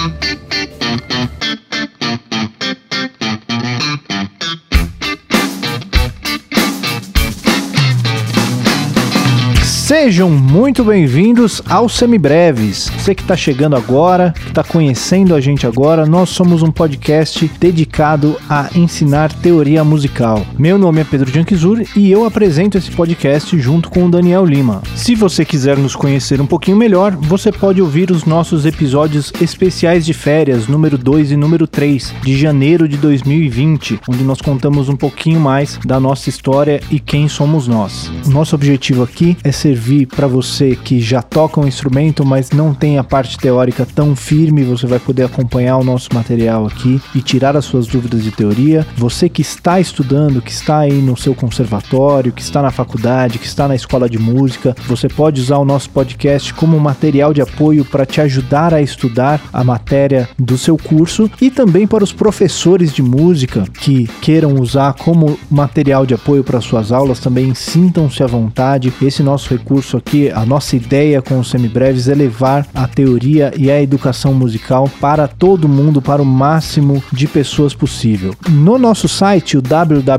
Sejam muito bem-vindos ao Semibreves. Você que está chegando agora, que está conhecendo a gente agora, nós somos um podcast dedicado a ensinar teoria musical. Meu nome é Pedro Janquizur e eu apresento esse podcast junto com o Daniel Lima. Se você quiser nos conhecer um pouquinho melhor, você pode ouvir os nossos episódios especiais de férias, número 2 e número 3, de janeiro de 2020, onde nós contamos um pouquinho mais da nossa história e quem somos nós. O nosso objetivo aqui é servir para você que já toca um instrumento, mas não tem a parte teórica tão firme. Você vai poder acompanhar o nosso material aqui e tirar as suas dúvidas de teoria. Você que está estudando, que está aí no seu conservatório, que está na faculdade, que está na escola de música, você pode usar o nosso podcast como material de apoio para te ajudar a estudar a matéria do seu curso, e também para os professores de música que queiram usar como material de apoio para suas aulas, também sintam-se à vontade. Esse nosso recurso aqui, a nossa ideia com os Semibreves é levar a teoria e a educação musical para todo mundo, para o máximo de pessoas possível. No nosso site, o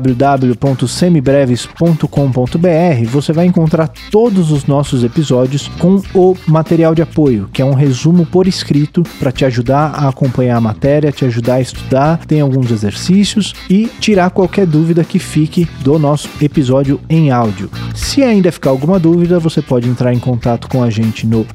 www.semibreves.com.br, você vai encontrar todos os nossos episódios com o material de apoio, que é um resumo por escrito para te ajudar a acompanhar a matéria, te ajudar a estudar, tem alguns exercícios e tirar qualquer dúvida que fique do nosso episódio em áudio. Se ainda ficar alguma dúvida, você pode entrar em contato com a gente no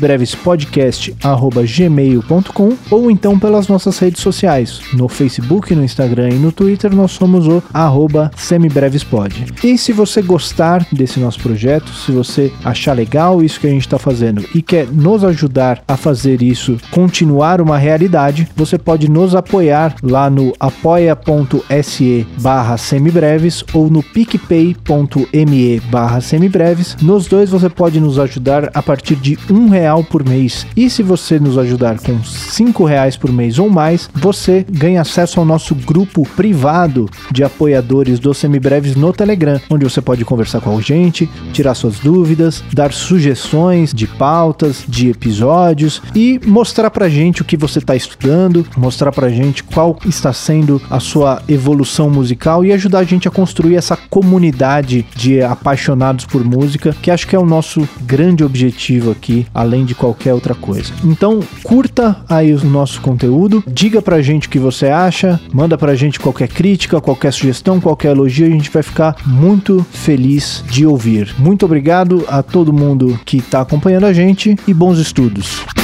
semibrevespodcast@gmail.com ou então pelas nossas redes sociais. No Facebook, no Instagram e no Twitter, nós somos o @semibrevespod. E se você gostar desse nosso projeto, se você achar legal isso que a gente está fazendo e quer nos ajudar a fazer isso continuar uma realidade, você pode nos apoiar lá no apoia.se/semibreves ou no picpay.me/semibreves. Nos dois você pode nos ajudar a partir de R$1 por mês. E se você nos ajudar com R$5 por mês ou mais, você ganha acesso ao nosso grupo privado de apoiadores do Semibreves no Telegram, onde você pode conversar com a gente, tirar suas dúvidas, dar sugestões de pautas, de episódios e mostrar pra gente o que você está estudando, mostrar pra gente qual está sendo a sua evolução musical e ajudar a gente a construir essa comunidade de apaixonados por música, que acho que é o nosso grande objetivo aqui, além de qualquer outra coisa. Então, curta aí o nosso conteúdo, diga pra gente o que você acha, manda pra gente qualquer crítica, qualquer sugestão, qualquer elogio, a gente vai ficar muito feliz de ouvir. Muito obrigado a todo mundo que está acompanhando a gente e bons estudos.